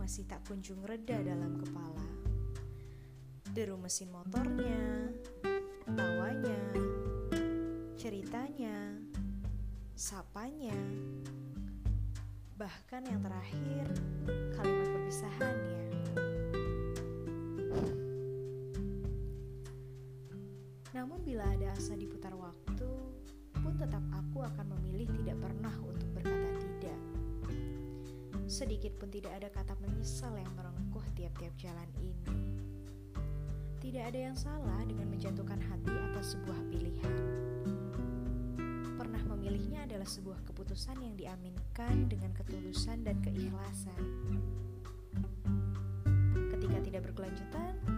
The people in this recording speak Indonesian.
masih tak kunjung reda dalam kepala. Deru mesin motornya, tawanya, ceritanya, sapanya, bahkan yang terakhir, kalimat perpisahannya. Namun bila ada asa diputar waktu, pun tetap aku akan memilih tidak pernah untuk berkata tidak. Sedikit pun tidak ada kata menyesal yang merengkuh tiap-tiap jalan ini. Tidak ada yang salah dengan menjatuhkan hati atas sebuah pilihan. Pernah memilihnya adalah sebuah keputusan yang diaminkan dengan ketulusan dan keikhlasan. Ketika tidak berkelanjutan,